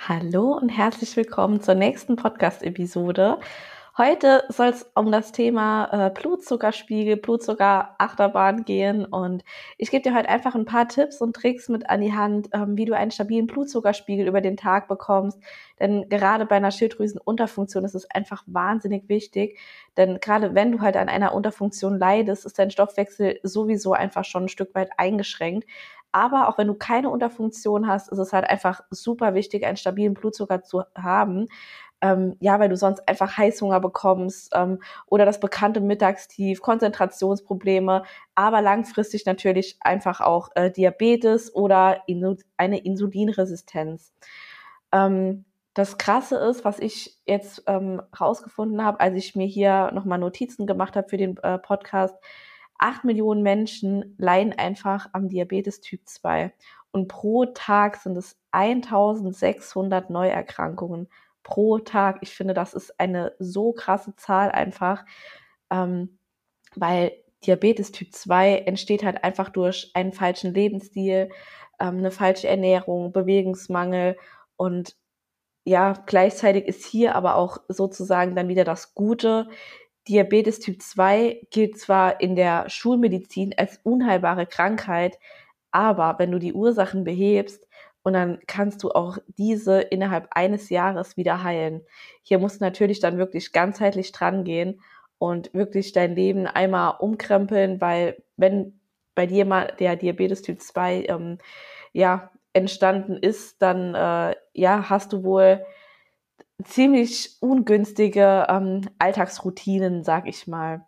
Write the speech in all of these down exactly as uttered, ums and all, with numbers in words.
Hallo und herzlich willkommen zur nächsten Podcast-Episode. Heute soll es um das Thema äh, Blutzuckerspiegel, Blutzuckerachterbahn gehen und ich gebe dir heute einfach ein paar Tipps und Tricks mit an die Hand, ähm, wie du einen stabilen Blutzuckerspiegel über den Tag bekommst. Denn gerade bei einer Schilddrüsenunterfunktion ist es einfach wahnsinnig wichtig, denn gerade wenn du halt an einer Unterfunktion leidest, ist dein Stoffwechsel sowieso einfach schon ein Stück weit eingeschränkt. Aber auch wenn du keine Unterfunktion hast, ist es halt einfach super wichtig, einen stabilen Blutzucker zu haben. Ähm, ja, weil du sonst einfach Heißhunger bekommst ähm, oder das bekannte Mittagstief, Konzentrationsprobleme, aber langfristig natürlich einfach auch äh, Diabetes oder Inu- eine Insulinresistenz. Ähm, Das Krasse ist, was ich jetzt ähm, rausgefunden habe, als ich mir hier nochmal Notizen gemacht habe für den äh, Podcast, acht Millionen Menschen leiden einfach am Diabetes Typ zwei. Und pro Tag sind es eintausendsechshundert Neuerkrankungen pro Tag. Ich finde, das ist eine so krasse Zahl einfach, ähm, weil Diabetes Typ zwei entsteht halt einfach durch einen falschen Lebensstil, ähm, eine falsche Ernährung, Bewegungsmangel und ja, gleichzeitig ist hier aber auch sozusagen dann wieder das Gute. Diabetes Typ zwei gilt zwar in der Schulmedizin als unheilbare Krankheit, aber wenn du die Ursachen behebst und dann kannst du auch diese innerhalb eines Jahres wieder heilen. Hier musst du natürlich dann wirklich ganzheitlich dran gehen und wirklich dein Leben einmal umkrempeln, weil wenn bei dir mal der Diabetes Typ zwei ähm, ja, entstanden ist, dann äh, ja, hast du wohl ziemlich ungünstige ähm, Alltagsroutinen, sag ich mal.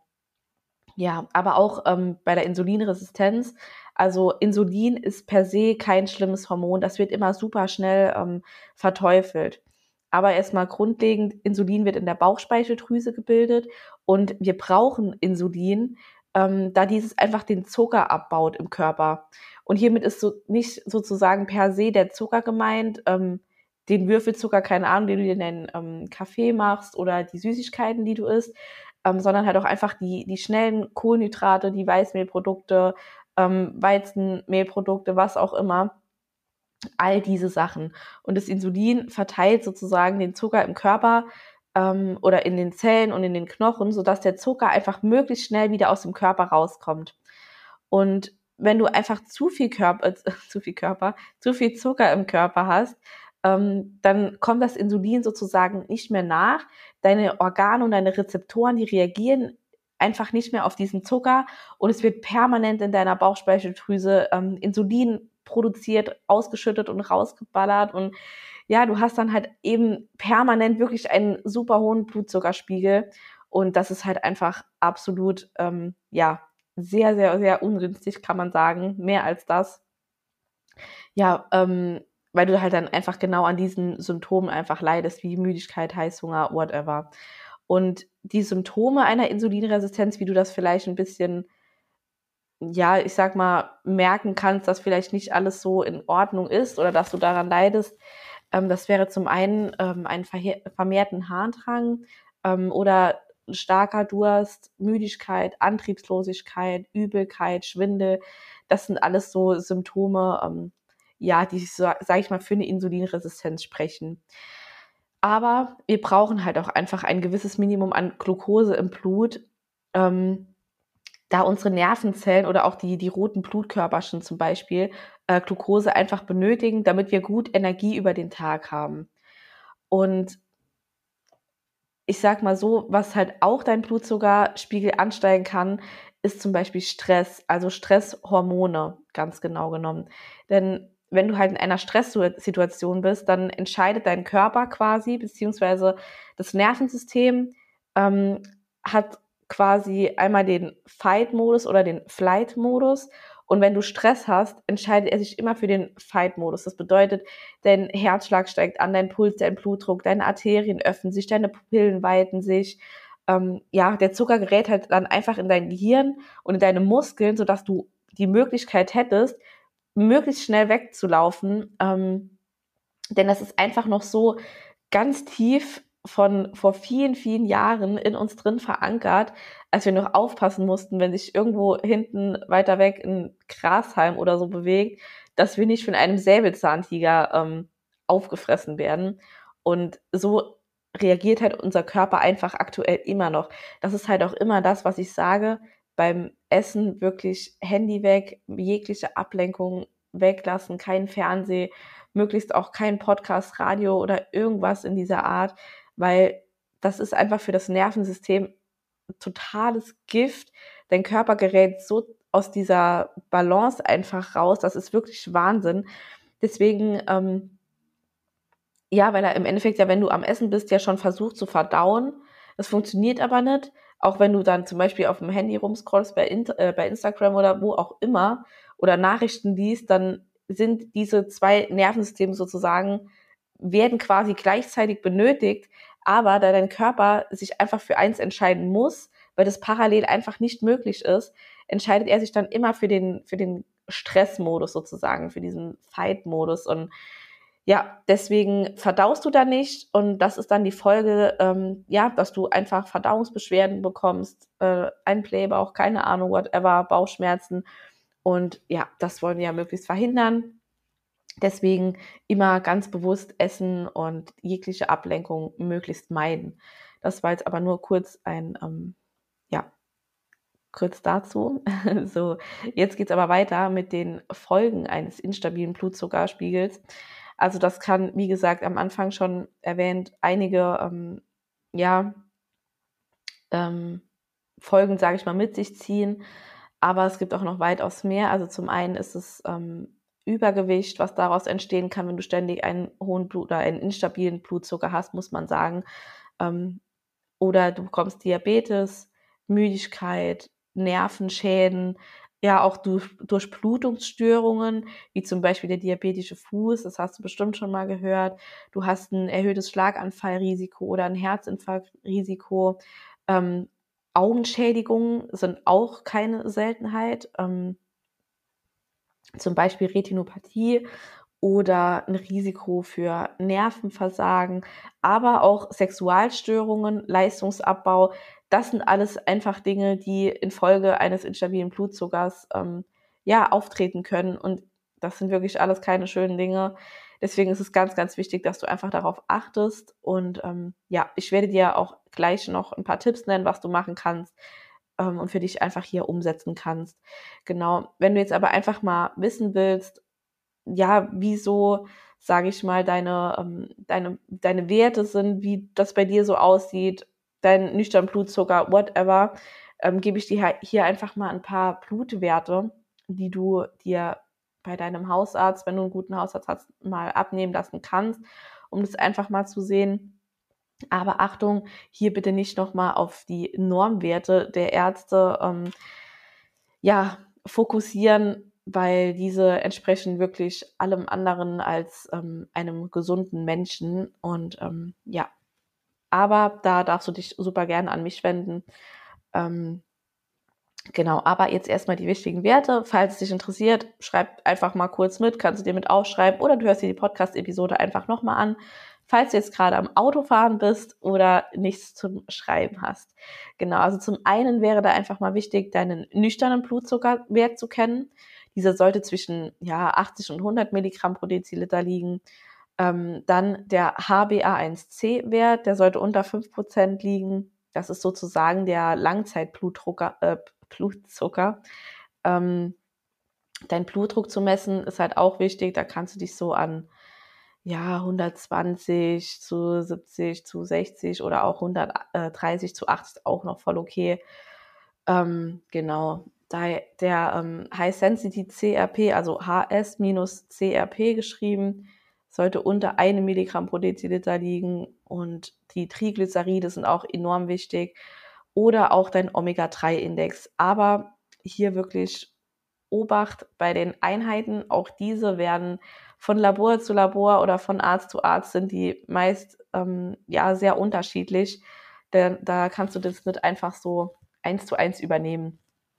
Ja, aber auch ähm, bei der Insulinresistenz. Also Insulin ist per se kein schlimmes Hormon. Das wird immer super schnell ähm, verteufelt. Aber erstmal grundlegend, Insulin wird in der Bauchspeicheldrüse gebildet und wir brauchen Insulin, ähm, da dieses einfach den Zucker abbaut im Körper. Und hiermit ist so nicht sozusagen per se der Zucker gemeint, ähm, den Würfelzucker, keine Ahnung, den du dir in deinen ähm, Kaffee machst oder die Süßigkeiten, die du isst, ähm, sondern halt auch einfach die, die schnellen Kohlenhydrate, die Weißmehlprodukte, ähm, Weizenmehlprodukte, was auch immer, all diese Sachen. Und das Insulin verteilt sozusagen den Zucker im Körper ähm, oder in den Zellen und in den Knochen, sodass der Zucker einfach möglichst schnell wieder aus dem Körper rauskommt. Und wenn du einfach zu viel Körper, äh, zu viel Körper, zu viel Zucker im Körper hast, ähm, dann kommt das Insulin sozusagen nicht mehr nach. Deine Organe und deine Rezeptoren, die reagieren einfach nicht mehr auf diesen Zucker und es wird permanent in deiner Bauchspeicheldrüse ähm, Insulin produziert, ausgeschüttet und rausgeballert und ja, du hast dann halt eben permanent wirklich einen super hohen Blutzuckerspiegel und das ist halt einfach absolut, ähm, ja, sehr, sehr, sehr ungünstig, kann man sagen. Mehr als das. Ja, ähm, weil du halt dann einfach genau an diesen Symptomen einfach leidest, wie Müdigkeit, Heißhunger, whatever. Und die Symptome einer Insulinresistenz, wie du das vielleicht ein bisschen, ja, ich sag mal, merken kannst, dass vielleicht nicht alles so in Ordnung ist oder dass du daran leidest, ähm, das wäre zum einen ähm, einen verhe- vermehrten Harndrang ähm, oder ein starker Durst, Müdigkeit, Antriebslosigkeit, Übelkeit, Schwindel. Das sind alles so Symptome, ähm, ja, die, so, sage ich mal, für eine Insulinresistenz sprechen. Aber wir brauchen halt auch einfach ein gewisses Minimum an Glucose im Blut, ähm, da unsere Nervenzellen oder auch die, die roten Blutkörperchen zum Beispiel äh, Glucose einfach benötigen, damit wir gut Energie über den Tag haben. Und ich sag mal so, was halt auch dein Blutzuckerspiegel ansteigen kann, ist zum Beispiel Stress, also Stresshormone, ganz genau genommen. Denn wenn du halt in einer Stresssituation bist, dann entscheidet dein Körper quasi, beziehungsweise das Nervensystem ähm, hat quasi einmal den Fight-Modus oder den Flight-Modus. Und wenn du Stress hast, entscheidet er sich immer für den Fight-Modus. Das bedeutet, dein Herzschlag steigt an, dein Puls, dein Blutdruck, deine Arterien öffnen sich, deine Pupillen weiten sich. Ähm, ja, der Zucker gerät halt dann einfach in dein Gehirn und in deine Muskeln, sodass du die Möglichkeit hättest, möglichst schnell wegzulaufen. Ähm, denn das ist einfach noch so ganz tief von vor vielen, vielen Jahren in uns drin verankert, als wir noch aufpassen mussten, wenn sich irgendwo hinten weiter weg ein Grashalm oder so bewegt, dass wir nicht von einem Säbelzahntiger ähm, aufgefressen werden. Und so reagiert halt unser Körper einfach aktuell immer noch. Das ist halt auch immer das, was ich sage, beim Essen wirklich Handy weg, jegliche Ablenkung weglassen, kein Fernseh, möglichst auch kein Podcast, Radio oder irgendwas in dieser Art, weil das ist einfach für das Nervensystem totales Gift. Dein Körper gerät so aus dieser Balance einfach raus, das ist wirklich Wahnsinn. Deswegen, ähm, ja, weil er im Endeffekt ja, wenn du am Essen bist, ja schon versucht zu verdauen. Das funktioniert aber nicht. Auch wenn du dann zum Beispiel auf dem Handy rumscrollst bei, In äh, bei Instagram oder wo auch immer oder Nachrichten liest, dann sind diese zwei Nervensysteme sozusagen, werden quasi gleichzeitig benötigt. Aber da dein Körper sich einfach für eins entscheiden muss, weil das parallel einfach nicht möglich ist, entscheidet er sich dann immer für den, für den Stressmodus sozusagen, für diesen Fight-Modus. Und ja, deswegen verdaust du da nicht und das ist dann die Folge, ähm, ja, dass du einfach Verdauungsbeschwerden bekommst, äh, ein Blähbauch, keine Ahnung, whatever, Bauchschmerzen und ja, das wollen wir ja möglichst verhindern. Deswegen immer ganz bewusst essen und jegliche Ablenkung möglichst meiden. Das war jetzt aber nur kurz ein, ähm, ja, kurz dazu. So, jetzt geht's aber weiter mit den Folgen eines instabilen Blutzuckerspiegels. Also das kann, wie gesagt, am Anfang schon erwähnt, einige ähm, ja, ähm, Folgen, sage ich mal, mit sich ziehen. Aber es gibt auch noch weitaus mehr. Also zum einen ist es ähm, Übergewicht, was daraus entstehen kann, wenn du ständig einen hohen Blut oder einen instabilen Blutzucker hast, muss man sagen. Ähm, oder du bekommst Diabetes, Müdigkeit, Nervenschäden, ja auch durch, durch Blutungsstörungen, wie zum Beispiel der diabetische Fuß, das hast du bestimmt schon mal gehört. Du hast ein erhöhtes Schlaganfallrisiko oder ein Herzinfarktrisiko. Ähm, Augenschädigungen sind auch keine Seltenheit. Ähm, zum Beispiel Retinopathie oder ein Risiko für Nervenversagen, aber auch Sexualstörungen, Leistungsabbau. Das sind alles einfach Dinge, die infolge eines instabilen Blutzuckers ähm, ja auftreten können. Und das sind wirklich alles keine schönen Dinge. Deswegen ist es ganz, ganz wichtig, dass du einfach darauf achtest. Und ähm, ja, ich werde dir auch gleich noch ein paar Tipps nennen, was du machen kannst ähm, und für dich einfach hier umsetzen kannst. Genau. Wenn du jetzt aber einfach mal wissen willst, ja, wieso, sage ich mal, deine, ähm, deine, deine Werte sind, wie das bei dir so aussieht, dein nüchternen Blutzucker, whatever, ähm, gebe ich dir hier einfach mal ein paar Blutwerte, die du dir bei deinem Hausarzt, wenn du einen guten Hausarzt hast, mal abnehmen lassen kannst, um das einfach mal zu sehen. Aber Achtung, hier bitte nicht nochmal auf die Normwerte der Ärzte ähm, ja, fokussieren, weil diese entsprechen wirklich allem anderen als ähm, einem gesunden Menschen. Und ähm, ja, aber da darfst du dich super gerne an mich wenden. Ähm, genau, aber jetzt erstmal die wichtigen Werte. Falls es dich interessiert, schreib einfach mal kurz mit, kannst du dir mit aufschreiben oder du hörst dir die Podcast-Episode einfach nochmal an, falls du jetzt gerade am Autofahren bist oder nichts zum Schreiben hast. Genau, also zum einen wäre da einfach mal wichtig, deinen nüchternen Blutzuckerwert zu kennen. Dieser sollte zwischen ja, achtzig und hundert Milligramm pro Deziliter liegen. Ähm, dann der H b A eins C-Wert, der sollte unter fünf Prozent liegen. Das ist sozusagen der Langzeitblutzucker. Äh, Blutzucker. Ähm, dein Blutdruck zu messen ist halt auch wichtig. Da kannst du dich so an ja, hundertzwanzig zu siebzig zu sechzig oder auch hundertdreißig zu achtzig auch noch voll okay. Ähm, genau. Da, der ähm, High Sensitivity C R P, also H S-C R P geschrieben, sollte unter einem Milligramm pro Deziliter liegen und die Triglyceride sind auch enorm wichtig oder auch dein Omega drei Index. Aber hier wirklich Obacht bei den Einheiten, auch diese werden von Labor zu Labor oder von Arzt zu Arzt sind die meist ähm, ja sehr unterschiedlich. Denn da kannst du das nicht einfach so eins zu eins übernehmen.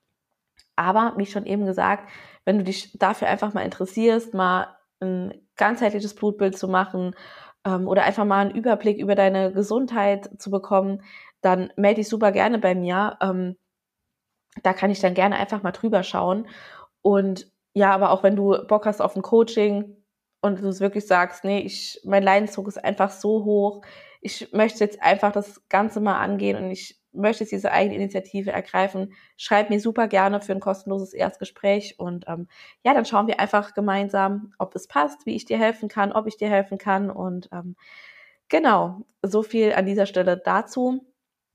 Aber wie schon eben gesagt, wenn du dich dafür einfach mal interessierst, mal ein ganzheitliches Blutbild zu machen ähm, oder einfach mal einen Überblick über deine Gesundheit zu bekommen, dann melde dich super gerne bei mir. Ähm, da kann ich dann gerne einfach mal drüber schauen. Und ja, aber auch wenn du Bock hast auf ein Coaching und du wirklich sagst, nee, ich, mein Leidensdruck ist einfach so hoch, ich möchte jetzt einfach das Ganze mal angehen und ich möchte jetzt diese eigene Initiative ergreifen, schreib mir super gerne für ein kostenloses Erstgespräch und ähm, ja, dann schauen wir einfach gemeinsam, ob es passt, wie ich dir helfen kann, ob ich dir helfen kann und ähm, genau, so viel an dieser Stelle dazu.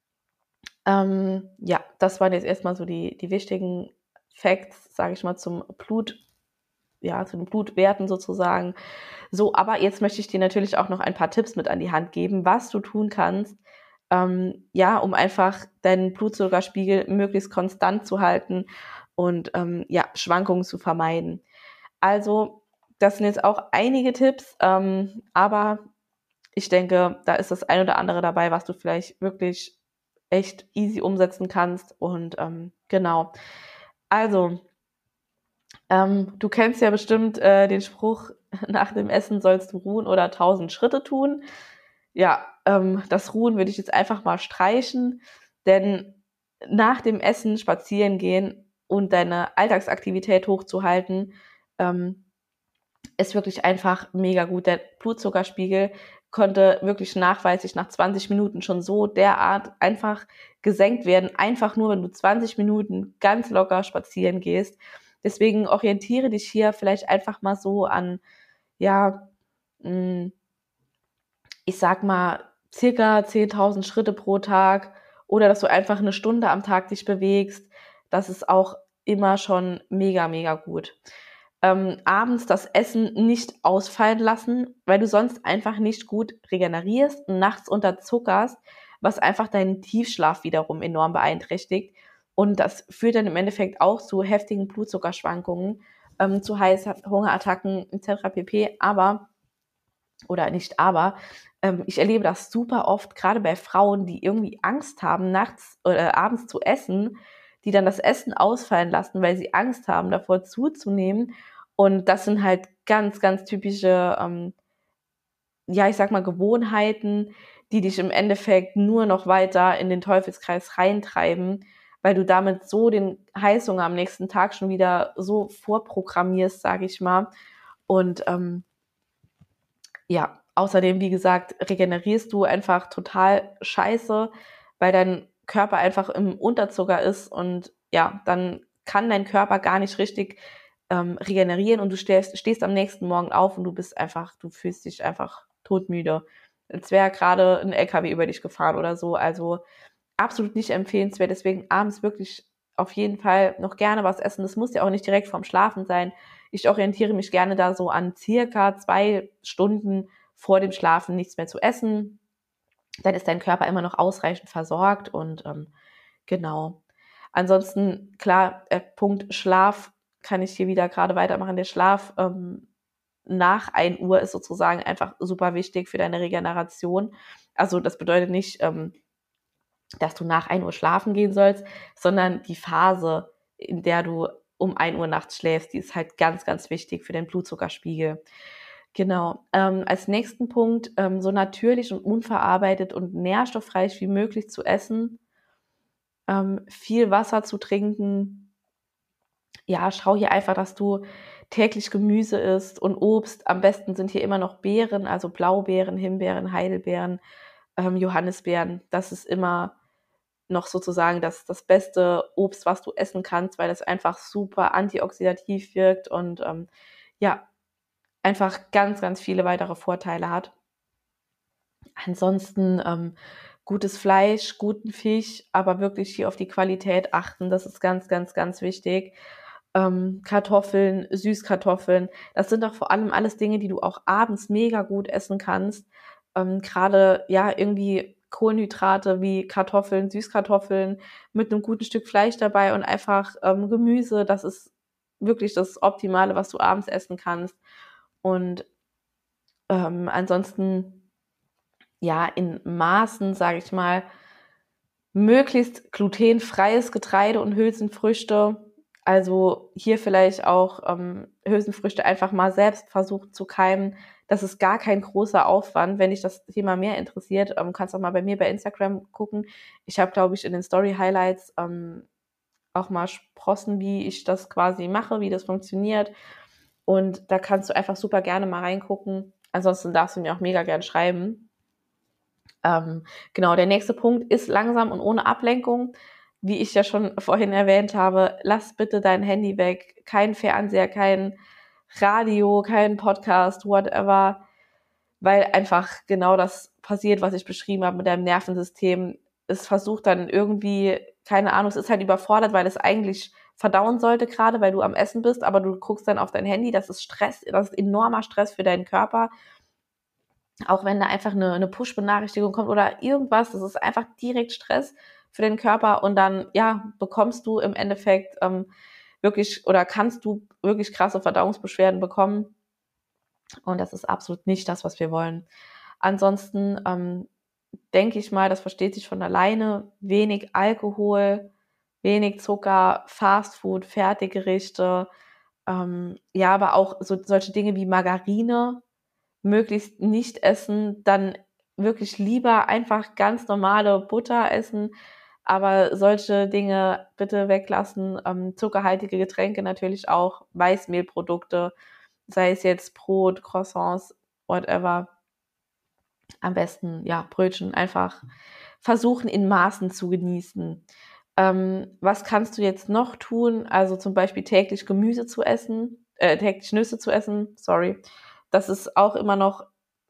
Ähm, ja, das waren jetzt erstmal so die, die wichtigen Facts, sage ich mal, zum Blut, ja, zu den Blutwerten sozusagen. So, aber jetzt möchte ich dir natürlich auch noch ein paar Tipps mit an die Hand geben, was du tun kannst, ähm, ja, um einfach deinen Blutzuckerspiegel möglichst konstant zu halten und ähm, ja, Schwankungen zu vermeiden. Also, das sind jetzt auch einige Tipps, ähm, aber ich denke, da ist das ein oder andere dabei, was du vielleicht wirklich echt easy umsetzen kannst. Und ähm, genau. Also, ähm, du kennst ja bestimmt äh, den Spruch, nach dem Essen sollst du ruhen oder tausend Schritte tun. Ja, ähm, das Ruhen würde ich jetzt einfach mal streichen, denn nach dem Essen spazieren gehen und deine Alltagsaktivität hochzuhalten, ähm, ist wirklich einfach mega gut. Der Blutzuckerspiegel konnte wirklich nachweislich nach zwanzig Minuten schon so derart einfach gesenkt werden. Einfach nur, wenn du zwanzig Minuten ganz locker spazieren gehst. Deswegen orientiere dich hier vielleicht einfach mal so an, ja, mh, ich sag mal, circa zehntausend Schritte pro Tag oder dass du einfach eine Stunde am Tag dich bewegst. Das ist auch immer schon mega, mega gut. Ähm, abends das Essen nicht ausfallen lassen, weil du sonst einfach nicht gut regenerierst und nachts unterzuckerst, was einfach deinen Tiefschlaf wiederum enorm beeinträchtigt. Und das führt dann im Endeffekt auch zu heftigen Blutzuckerschwankungen, ähm, zu Heißhungerattacken et cetera pp. Aber oder nicht aber, ähm, ich erlebe das super oft, gerade bei Frauen, die irgendwie Angst haben, nachts oder abends zu essen, die dann das Essen ausfallen lassen, weil sie Angst haben, davor zuzunehmen. Und das sind halt ganz, ganz typische, ähm, ja, ich sag mal, Gewohnheiten, die dich im Endeffekt nur noch weiter in den Teufelskreis reintreiben, weil du damit so den Heißhunger am nächsten Tag schon wieder so vorprogrammierst, sage ich mal. Und ähm, ja, außerdem, wie gesagt, regenerierst du einfach total scheiße, weil dein Körper einfach im Unterzucker ist und ja, dann kann dein Körper gar nicht richtig ähm, regenerieren und du stehst, stehst am nächsten Morgen auf und du bist einfach, du fühlst dich einfach todmüde. Als wäre gerade ein L K W über dich gefahren oder so. Also absolut nicht empfehlenswert. Deswegen abends wirklich auf jeden Fall noch gerne was essen. Das muss ja auch nicht direkt vorm Schlafen sein. Ich orientiere mich gerne da so an circa zwei Stunden vor dem Schlafen nichts mehr zu essen. Dann ist dein Körper immer noch ausreichend versorgt und ähm, genau. Ansonsten, klar, der Punkt Schlaf kann ich hier wieder gerade weitermachen. Der Schlaf ähm, nach ein Uhr ist sozusagen einfach super wichtig für deine Regeneration. Also das bedeutet nicht, ähm, dass du nach ein Uhr schlafen gehen sollst, sondern die Phase, in der du um ein Uhr nachts schläfst, die ist halt ganz, ganz wichtig für den Blutzuckerspiegel. Genau. Ähm, als nächsten Punkt, ähm, so natürlich und unverarbeitet und nährstoffreich wie möglich zu essen, ähm, viel Wasser zu trinken. Ja, schau hier einfach, dass du täglich Gemüse isst und Obst. Am besten sind hier immer noch Beeren, also Blaubeeren, Himbeeren, Heidelbeeren, ähm, Johannisbeeren. Das ist immer noch sozusagen das, das beste Obst, was du essen kannst, weil das einfach super antioxidativ wirkt und ähm, ja, einfach ganz, ganz viele weitere Vorteile hat. Ansonsten ähm, gutes Fleisch, guten Fisch, aber wirklich hier auf die Qualität achten. Das ist ganz, ganz, ganz wichtig. Ähm, Kartoffeln, Süßkartoffeln, das sind doch vor allem alles Dinge, die du auch abends mega gut essen kannst. Ähm, Gerade ja irgendwie Kohlenhydrate wie Kartoffeln, Süßkartoffeln mit einem guten Stück Fleisch dabei und einfach ähm, Gemüse. Das ist wirklich das Optimale, was du abends essen kannst. Und ähm, ansonsten ja in Maßen, sage ich mal, möglichst glutenfreies Getreide und Hülsenfrüchte. Also hier vielleicht auch ähm, Hülsenfrüchte einfach mal selbst versucht zu keimen. Das ist gar kein großer Aufwand. Wenn dich das Thema mehr interessiert, ähm, kannst auch mal bei mir bei Instagram gucken. Ich habe, glaube ich, in den Story Highlights ähm, auch mal sprossen, wie ich das quasi mache, wie das funktioniert. Und da kannst du einfach super gerne mal reingucken. Ansonsten darfst du mir auch mega gern schreiben. Ähm, genau, der nächste Punkt ist langsam und ohne Ablenkung. Wie ich ja schon vorhin erwähnt habe, lass bitte dein Handy weg. Kein Fernseher, kein Radio, kein Podcast, whatever. Weil einfach genau das passiert, was ich beschrieben habe mit deinem Nervensystem. Es versucht dann irgendwie, keine Ahnung, es ist halt überfordert, weil es eigentlich verdauen sollte gerade, weil du am Essen bist, aber du guckst dann auf dein Handy, das ist Stress, das ist enormer Stress für deinen Körper. Auch wenn da einfach eine, eine Push-Benachrichtigung kommt oder irgendwas, das ist einfach direkt Stress für den Körper und dann, ja, bekommst du im Endeffekt ähm, wirklich oder kannst du wirklich krasse Verdauungsbeschwerden bekommen und das ist absolut nicht das, was wir wollen. Ansonsten ähm, denke ich mal, das versteht sich von alleine, wenig Alkohol, wenig Zucker, Fastfood, Fertiggerichte, ähm, ja, aber auch so, solche Dinge wie Margarine, möglichst nicht essen, dann wirklich lieber einfach ganz normale Butter essen, aber solche Dinge bitte weglassen. Ähm, zuckerhaltige Getränke natürlich auch, Weißmehlprodukte, sei es jetzt Brot, Croissants, whatever. Am besten, ja, Brötchen einfach versuchen in Maßen zu genießen. Ähm, was kannst du jetzt noch tun? Also zum Beispiel täglich Gemüse zu essen, äh, täglich Nüsse zu essen, sorry. Das ist auch immer noch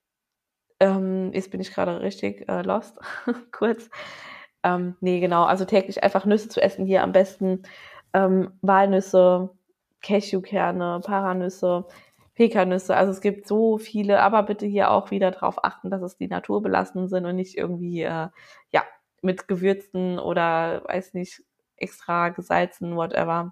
ähm, jetzt bin ich gerade richtig äh, lost, kurz. Ähm, nee, genau, also täglich einfach Nüsse zu essen, hier am besten ähm, Walnüsse, Cashewkerne, Paranüsse, Pekannüsse, also es gibt so viele, aber bitte hier auch wieder darauf achten, dass es die naturbelassen sind und nicht irgendwie, äh, ja, mit Gewürzen oder, weiß nicht, extra gesalzen, whatever.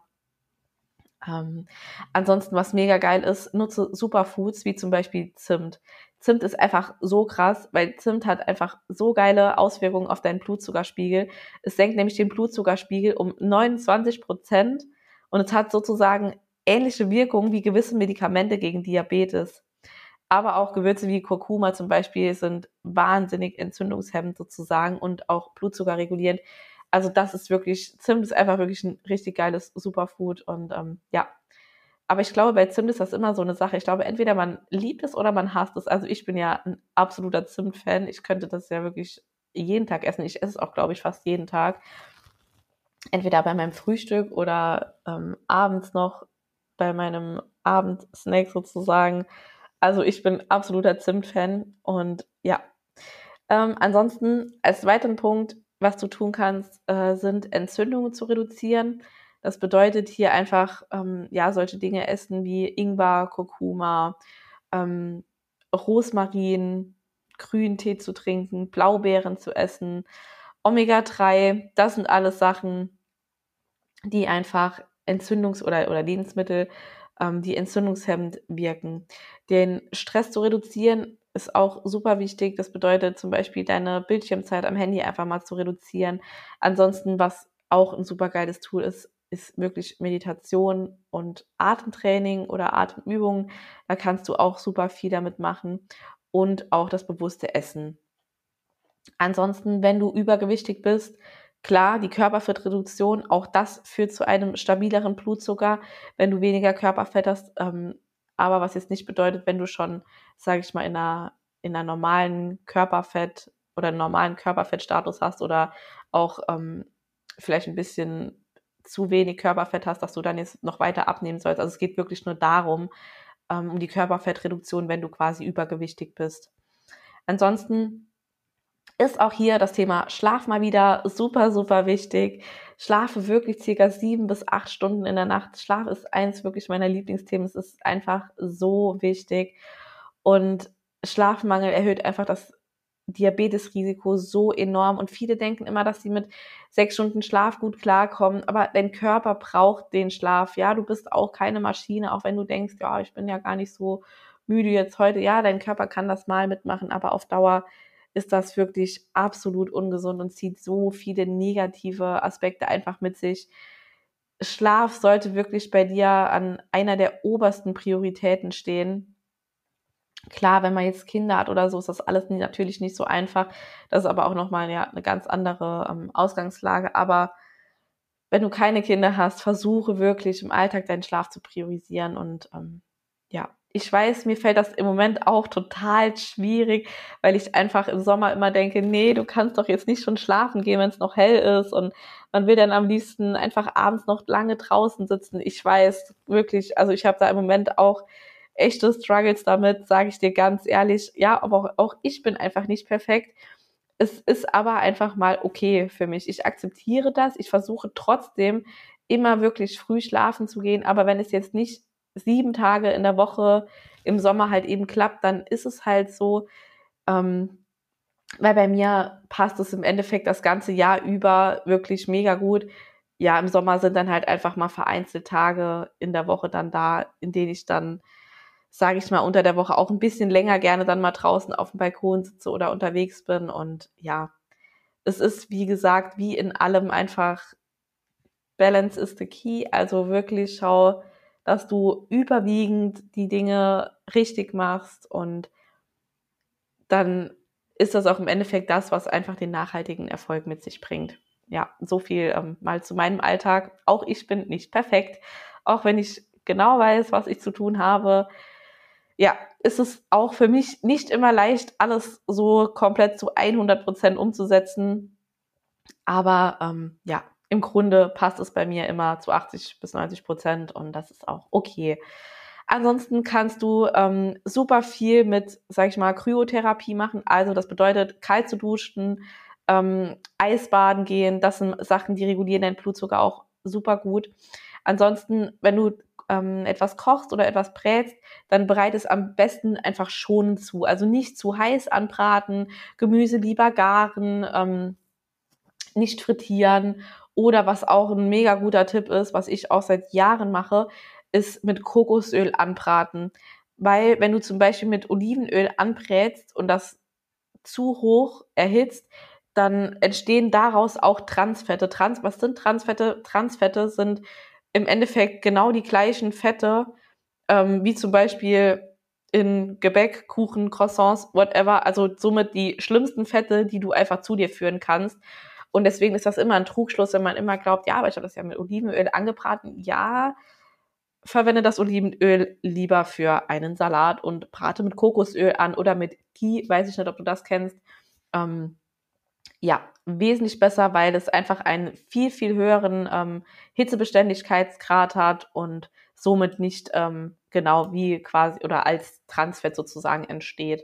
Ähm, ansonsten, was mega geil ist, nutze Superfoods wie zum Beispiel Zimt. Zimt ist einfach so krass, weil Zimt hat einfach so geile Auswirkungen auf deinen Blutzuckerspiegel. Es senkt nämlich den Blutzuckerspiegel um neunundzwanzig Prozent und es hat sozusagen ähnliche Wirkungen wie gewisse Medikamente gegen Diabetes. Aber auch Gewürze wie Kurkuma zum Beispiel sind wahnsinnig entzündungshemmend sozusagen und auch Blutzucker regulierend. Also das ist wirklich, Zimt ist einfach wirklich ein richtig geiles Superfood und ähm, ja. Aber ich glaube, bei Zimt ist das immer so eine Sache. Ich glaube, entweder man liebt es oder man hasst es. Also ich bin ja ein absoluter Zimt-Fan. Ich könnte das ja wirklich jeden Tag essen. Ich esse es auch, glaube ich, fast jeden Tag. Entweder bei meinem Frühstück oder ähm, abends noch bei meinem Abendsnack sozusagen. Also ich bin absoluter Zimt-Fan und ja. Ähm, ansonsten als weiteren Punkt, was du tun kannst, äh, sind Entzündungen zu reduzieren. Das bedeutet hier einfach, ähm, ja, solche Dinge essen wie Ingwer, Kurkuma, ähm, Rosmarin, Grüntee zu trinken, Blaubeeren zu essen, Omega drei, das sind alles Sachen, die einfach Entzündungs- oder, oder Lebensmittel, ähm, die entzündungshemmend wirken. Den Stress zu reduzieren ist auch super wichtig. Das bedeutet zum Beispiel deine Bildschirmzeit am Handy einfach mal zu reduzieren. Ansonsten, was auch ein super geiles Tool ist, ist wirklich Meditation und Atemtraining oder Atemübungen. Da kannst du auch super viel damit machen und auch das bewusste Essen. Ansonsten, wenn du übergewichtig bist, klar, die Körperfettreduktion, auch das führt zu einem stabileren Blutzucker, wenn du weniger Körperfett hast. Ähm, aber was jetzt nicht bedeutet, wenn du schon, sage ich mal, in einer, in einer normalen Körperfett oder einen normalen Körperfettstatus hast oder auch ähm, vielleicht ein bisschen zu wenig Körperfett hast, dass du dann jetzt noch weiter abnehmen sollst. Also es geht wirklich nur darum, ähm, um die Körperfettreduktion, wenn du quasi übergewichtig bist. Ansonsten ist auch hier das Thema Schlaf mal wieder super, super wichtig. Schlafe wirklich circa sieben bis acht Stunden in der Nacht. Schlaf ist eins wirklich meiner Lieblingsthemen. Es ist einfach so wichtig. Und Schlafmangel erhöht einfach das Diabetesrisiko so enorm. Und viele denken immer, dass sie mit sechs Stunden Schlaf gut klarkommen. Aber dein Körper braucht den Schlaf. Ja, du bist auch keine Maschine, auch wenn du denkst, ja, ich bin ja gar nicht so müde jetzt heute. Ja, dein Körper kann das mal mitmachen, aber auf Dauer ist das wirklich absolut ungesund und zieht so viele negative Aspekte einfach mit sich. Schlaf sollte wirklich bei dir an einer der obersten Prioritäten stehen. Klar, wenn man jetzt Kinder hat oder so, ist das alles natürlich nicht so einfach. Das ist aber auch nochmal ja, eine ganz andere ähm, Ausgangslage. Aber wenn du keine Kinder hast, versuche wirklich im Alltag deinen Schlaf zu priorisieren und ähm, ich weiß, mir fällt das im Moment auch total schwierig, weil ich einfach im Sommer immer denke, nee, du kannst doch jetzt nicht schon schlafen gehen, wenn es noch hell ist, und man will dann am liebsten einfach abends noch lange draußen sitzen. Ich weiß wirklich, also ich habe da im Moment auch echte Struggles damit, sage ich dir ganz ehrlich. Ja, aber auch, auch ich bin einfach nicht perfekt. Es ist aber einfach mal okay für mich. Ich akzeptiere das. Ich versuche trotzdem immer wirklich früh schlafen zu gehen. Aber wenn es jetzt nicht sieben Tage in der Woche im Sommer halt eben klappt, dann ist es halt so. Ähm, weil bei mir passt es im Endeffekt das ganze Jahr über wirklich mega gut. Ja, im Sommer sind dann halt einfach mal vereinzelt Tage in der Woche dann da, in denen ich dann, sage ich mal, unter der Woche auch ein bisschen länger gerne dann mal draußen auf dem Balkon sitze oder unterwegs bin. Und ja, es ist, wie gesagt, wie in allem einfach Balance is the key. Also wirklich schau, dass du überwiegend die Dinge richtig machst, und dann ist das auch im Endeffekt das, was einfach den nachhaltigen Erfolg mit sich bringt. Ja, so viel ähm, mal zu meinem Alltag. Auch ich bin nicht perfekt, auch wenn ich genau weiß, was ich zu tun habe. Ja, ist es auch für mich nicht immer leicht, alles so komplett zu hundert Prozent umzusetzen. Aber ähm, ja, im Grunde passt es bei mir immer zu achtzig bis neunzig Prozent, und das ist auch okay. Ansonsten kannst du ähm, super viel mit, sag ich mal, Kryotherapie machen. Also das bedeutet, kalt zu duschen, ähm, Eisbaden gehen. Das sind Sachen, die regulieren deinen Blutzucker auch super gut. Ansonsten, wenn du ähm, etwas kochst oder etwas brätst, dann bereite es am besten einfach schonend zu. Also nicht zu heiß anbraten, Gemüse lieber garen, ähm, nicht frittieren, oder was auch ein mega guter Tipp ist, was ich auch seit Jahren mache, ist mit Kokosöl anbraten. Weil wenn du zum Beispiel mit Olivenöl anbrätst und das zu hoch erhitzt, dann entstehen daraus auch Transfette. Trans, was sind Transfette? Transfette sind im Endeffekt genau die gleichen Fette, ähm, wie zum Beispiel in Gebäck, Kuchen, Croissants, whatever. Also somit die schlimmsten Fette, die du einfach zu dir führen kannst. Und deswegen ist das immer ein Trugschluss, wenn man immer glaubt, ja, aber ich habe das ja mit Olivenöl angebraten. Ja, verwende das Olivenöl lieber für einen Salat und brate mit Kokosöl an oder mit Ghee. Weiß ich nicht, ob du das kennst. Ähm, ja, wesentlich besser, weil es einfach einen viel, viel höheren ähm, Hitzebeständigkeitsgrad hat und somit nicht ähm, genau wie quasi oder als Transfett sozusagen entsteht.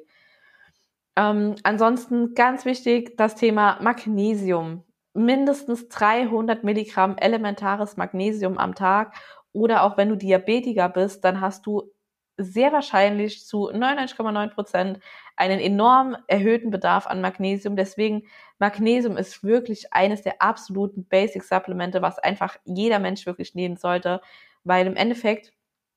Ähm, ansonsten ganz wichtig das Thema Magnesium. Mindestens dreihundert Milligramm elementares Magnesium am Tag, oder auch wenn du Diabetiker bist, dann hast du sehr wahrscheinlich zu neunundneunzig Komma neun Prozent einen enorm erhöhten Bedarf an Magnesium. Deswegen, Magnesium ist wirklich eines der absoluten Basic-Supplemente, was einfach jeder Mensch wirklich nehmen sollte, weil im Endeffekt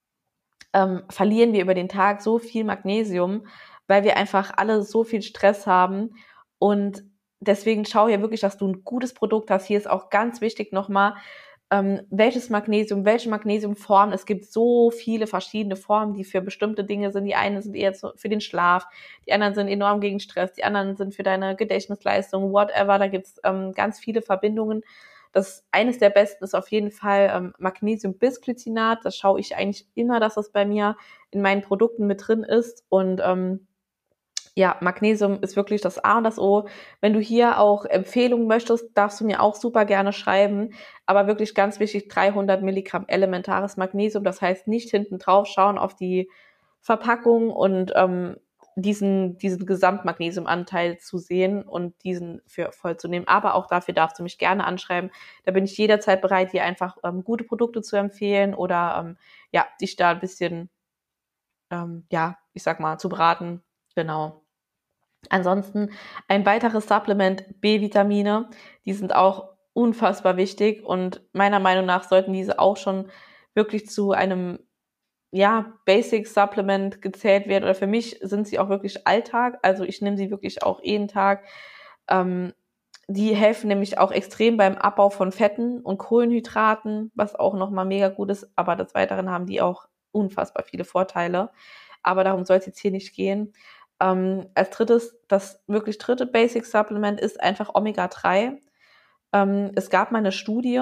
ähm, verlieren wir über den Tag so viel Magnesium, weil wir einfach alle so viel Stress haben. Und deswegen schau hier wirklich, dass du ein gutes Produkt hast. Hier ist auch ganz wichtig nochmal, ähm, welches Magnesium, welche Magnesiumformen. Es gibt so viele verschiedene Formen, die für bestimmte Dinge sind. Die einen sind eher für den Schlaf, die anderen sind enorm gegen Stress, die anderen sind für deine Gedächtnisleistung, whatever. Da gibt's ähm, ganz viele Verbindungen. Das eines der besten ist auf jeden Fall ähm, Magnesium-Bisglycinat. Das schaue ich eigentlich immer, dass das bei mir in meinen Produkten mit drin ist. Und ähm, ja, Magnesium ist wirklich das A und das O. Wenn du hier auch Empfehlungen möchtest, darfst du mir auch super gerne schreiben. Aber wirklich ganz wichtig, dreihundert Milligramm elementares Magnesium. Das heißt, nicht hinten drauf schauen auf die Verpackung und ähm, diesen, diesen Gesamtmagnesiumanteil zu sehen und diesen für voll zu nehmen. Aber auch dafür darfst du mich gerne anschreiben. Da bin ich jederzeit bereit, dir einfach ähm, gute Produkte zu empfehlen oder ähm, ja, dich da ein bisschen, ähm, ja, ich sag mal, zu beraten. Genau. Ansonsten ein weiteres Supplement, B-Vitamine, die sind auch unfassbar wichtig, und meiner Meinung nach sollten diese auch schon wirklich zu einem, ja, Basic Supplement gezählt werden, oder für mich sind sie auch wirklich Alltag, also ich nehme sie wirklich auch jeden Tag. Ähm, die helfen nämlich auch extrem beim Abbau von Fetten und Kohlenhydraten, was auch nochmal mega gut ist, aber des Weiteren haben die auch unfassbar viele Vorteile, aber darum soll es jetzt hier nicht gehen. Ähm, als drittes, das wirklich dritte Basic Supplement ist einfach Omega drei. Ähm, es gab mal eine Studie,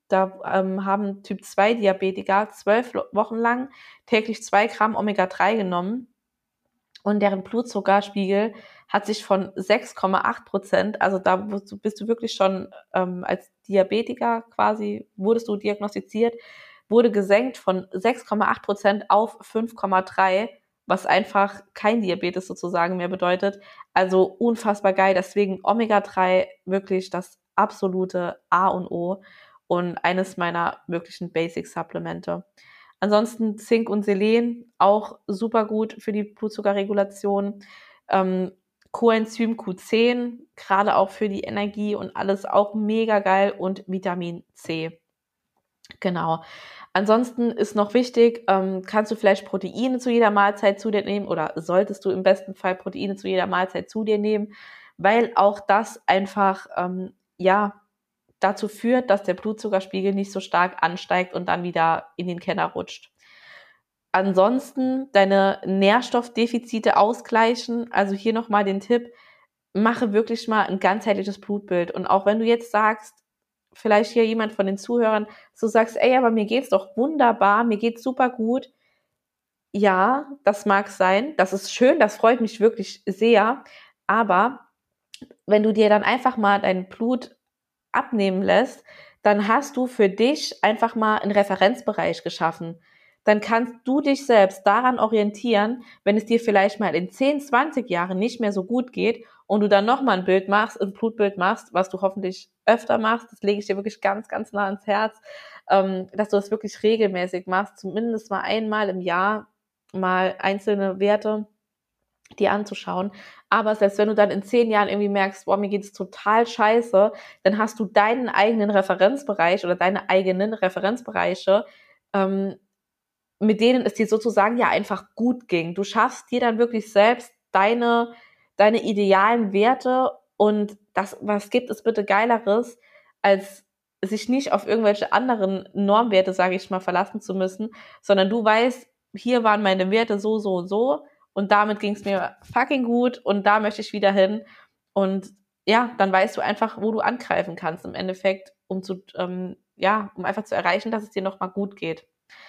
Da ähm, haben Typ zwei Diabetiker zwölf Wochen lang täglich zwei Gramm Omega drei genommen und deren Blutzuckerspiegel hat sich von sechs Komma acht Prozent, also da bist du, bist du wirklich schon ähm, als Diabetiker quasi, wurdest du diagnostiziert, wurde gesenkt von sechs Komma acht Prozent auf fünf Komma drei, was einfach kein Diabetes sozusagen mehr bedeutet. Also unfassbar geil. Deswegen Omega drei wirklich das absolute A und O und eines meiner wirklichen Basic-Supplemente. Ansonsten Zink und Selen, auch super gut für die Blutzuckerregulation. Ähm, Coenzym Q zehn, gerade auch für die Energie und alles auch mega geil und Vitamin C. Genau. Ansonsten ist noch wichtig, ähm, kannst du vielleicht Proteine zu jeder Mahlzeit zu dir nehmen oder solltest du im besten Fall Proteine zu jeder Mahlzeit zu dir nehmen, weil auch das einfach, ähm, ja, dazu führt, dass der Blutzuckerspiegel nicht so stark ansteigt und dann wieder in den Keller rutscht. Ansonsten deine Nährstoffdefizite ausgleichen. Also hier nochmal den Tipp, mache wirklich mal ein ganzheitliches Blutbild. Und auch wenn du jetzt sagst, vielleicht hier jemand von den Zuhörern, so sagst, ey, aber mir geht's doch wunderbar, mir geht's super gut. Ja, das mag sein. Das ist schön, das freut mich wirklich sehr. Aber wenn du dir dann einfach mal dein Blut abnehmen lässt, dann hast du für dich einfach mal einen Referenzbereich geschaffen. Dann kannst du dich selbst daran orientieren, wenn es dir vielleicht mal in zehn, zwanzig Jahren nicht mehr so gut geht und du dann nochmal ein Bild machst, ein Blutbild machst, was du hoffentlich öfter machst, das lege ich dir wirklich ganz, ganz nah ans Herz, ähm, dass du das wirklich regelmäßig machst, zumindest mal einmal im Jahr mal einzelne Werte dir anzuschauen. Aber selbst wenn du dann in zehn Jahren irgendwie merkst, boah, mir geht's total scheiße, dann hast du deinen eigenen Referenzbereich oder deine eigenen Referenzbereiche, ähm, mit denen es dir sozusagen ja einfach gut ging. Du schaffst dir dann wirklich selbst deine, deine idealen Werte und das, was gibt es bitte Geileres, als sich nicht auf irgendwelche anderen Normwerte, sage ich mal, verlassen zu müssen, sondern du weißt, hier waren meine Werte so, so und so und damit ging es mir fucking gut und da möchte ich wieder hin und ja, dann weißt du einfach, wo du angreifen kannst im Endeffekt, um zu, ähm, ja, um einfach zu erreichen, dass es dir nochmal gut geht.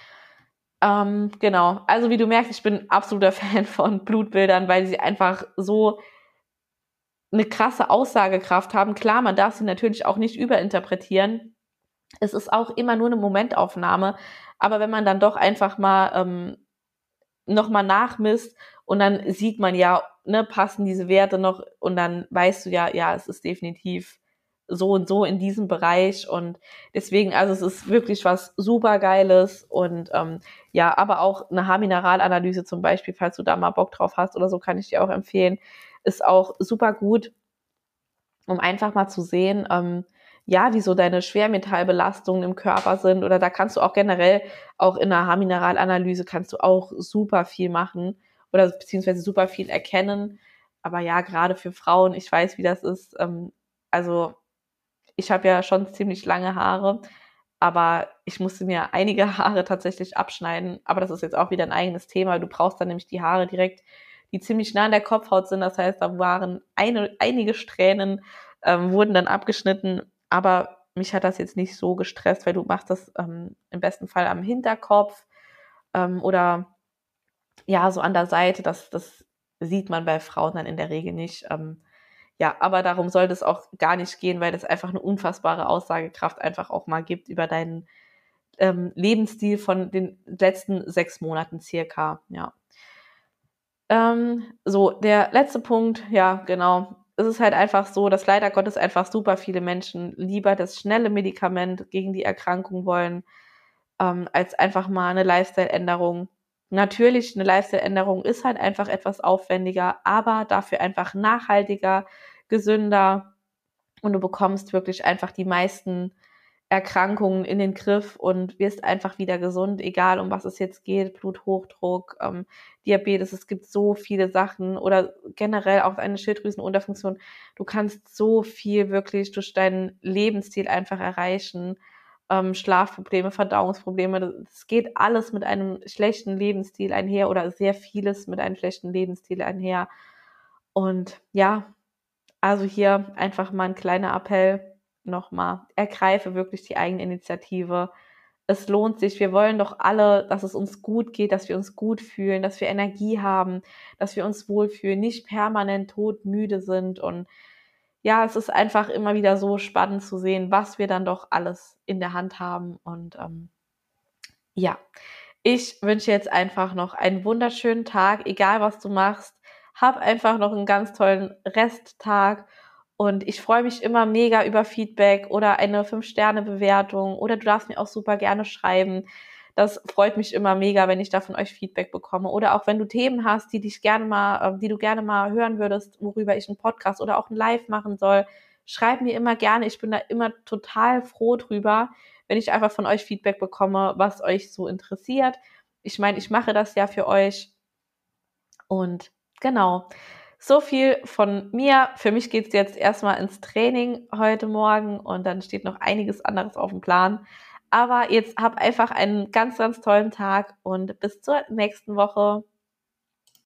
Ähm, genau, also wie du merkst, ich bin absoluter Fan von Blutbildern, weil sie einfach so eine krasse Aussagekraft haben. Klar, man darf sie natürlich auch nicht überinterpretieren. Es ist auch immer nur eine Momentaufnahme, aber wenn man dann doch einfach mal ähm, nochmal nachmisst und dann sieht man ja, ne, passen diese Werte noch und dann weißt du ja, ja, es ist definitiv so und so in diesem Bereich und deswegen, also es ist wirklich was super Geiles und ähm, ja, aber auch eine Haarmineralanalyse zum Beispiel, falls du da mal Bock drauf hast oder so, kann ich dir auch empfehlen, ist auch super gut, um einfach mal zu sehen, ähm, ja, wie so deine Schwermetallbelastungen im Körper sind oder da kannst du auch generell, auch in einer Haarmineralanalyse kannst du auch super viel machen oder beziehungsweise super viel erkennen, aber ja, gerade für Frauen, ich weiß, wie das ist, ähm, also ich habe ja schon ziemlich lange Haare, aber ich musste mir einige Haare tatsächlich abschneiden. Aber das ist jetzt auch wieder ein eigenes Thema. Du brauchst dann nämlich die Haare direkt, die ziemlich nah an der Kopfhaut sind. Das heißt, da waren eine, einige Strähnen, ähm, wurden dann abgeschnitten. Aber mich hat das jetzt nicht so gestresst, weil du machst das ähm, im besten Fall am Hinterkopf ähm, oder ja, so an der Seite. Das, das sieht man bei Frauen dann in der Regel nicht. Ähm, ja, aber darum sollte es auch gar nicht gehen, weil das einfach eine unfassbare Aussagekraft einfach auch mal gibt über deinen ähm, Lebensstil von den letzten sechs Monaten circa, ja. Ähm, so, der letzte Punkt, ja, genau. Es ist halt einfach so, dass leider Gottes einfach super viele Menschen lieber das schnelle Medikament gegen die Erkrankung wollen, ähm, als einfach mal eine Lifestyle-Änderung. Natürlich, eine Lifestyle-Änderung ist halt einfach etwas aufwendiger, aber dafür einfach nachhaltiger, gesünder und du bekommst wirklich einfach die meisten Erkrankungen in den Griff und wirst einfach wieder gesund, egal um was es jetzt geht, Bluthochdruck, ähm, Diabetes, es gibt so viele Sachen oder generell auch eine Schilddrüsenunterfunktion. Du kannst so viel wirklich durch deinen Lebensstil einfach erreichen. Ähm, Schlafprobleme, Verdauungsprobleme, es geht alles mit einem schlechten Lebensstil einher oder sehr vieles mit einem schlechten Lebensstil einher. Und ja, also hier einfach mal ein kleiner Appell. nochmal, ergreife wirklich die Eigeninitiative. Es lohnt sich. Wir wollen doch alle, dass es uns gut geht, dass wir uns gut fühlen, dass wir Energie haben, dass wir uns wohlfühlen, nicht permanent todmüde sind. Und ja, es ist einfach immer wieder so spannend zu sehen, was wir dann doch alles in der Hand haben. Und ähm, ja, ich wünsche jetzt einfach noch einen wunderschönen Tag, egal was du machst. Hab einfach noch einen ganz tollen Resttag. Und ich freue mich immer mega über Feedback oder eine fünf Sterne Bewertung oder du darfst mir auch super gerne schreiben. Das freut mich immer mega, wenn ich da von euch Feedback bekomme. Oder auch wenn du Themen hast, die dich gerne mal, die du gerne mal hören würdest, worüber ich einen Podcast oder auch ein Live machen soll, schreib mir immer gerne. Ich bin da immer total froh drüber, wenn ich einfach von euch Feedback bekomme, was euch so interessiert. Ich meine, ich mache das ja für euch. Und genau, so viel von mir. Für mich geht's jetzt erstmal ins Training heute Morgen und dann steht noch einiges anderes auf dem Plan. Aber jetzt hab einfach einen ganz, ganz tollen Tag und bis zur nächsten Woche.